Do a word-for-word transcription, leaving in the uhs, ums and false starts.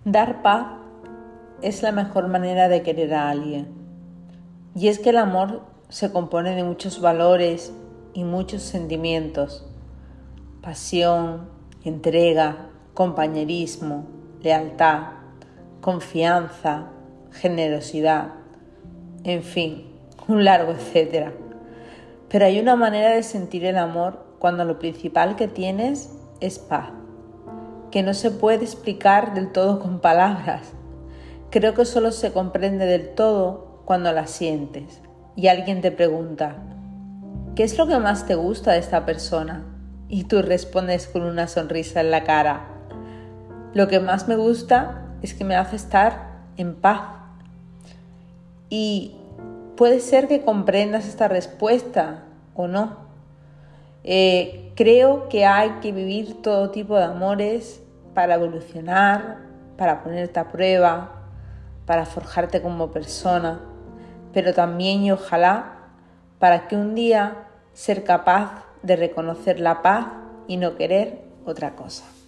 Dar paz es la mejor manera de querer a alguien. Y es que el amor se compone de muchos valores y muchos sentimientos. Pasión, entrega, compañerismo, lealtad, confianza, generosidad, en fin, un largo etcétera. Pero hay una manera de sentir el amor cuando lo principal que tienes es paz, que no se puede explicar del todo con palabras. Creo que solo se comprende del todo cuando la sientes y alguien te pregunta: ¿qué es lo que más te gusta de esta persona? Y tú respondes con una sonrisa en la cara: lo que más me gusta es que me hace estar en paz. Y puede ser que comprendas esta respuesta o no. Eh, creo que hay que vivir todo tipo de amores para evolucionar, para ponerte a prueba, para forjarte como persona, pero también y ojalá para que un día ser capaz de reconocer la paz y no querer otra cosa.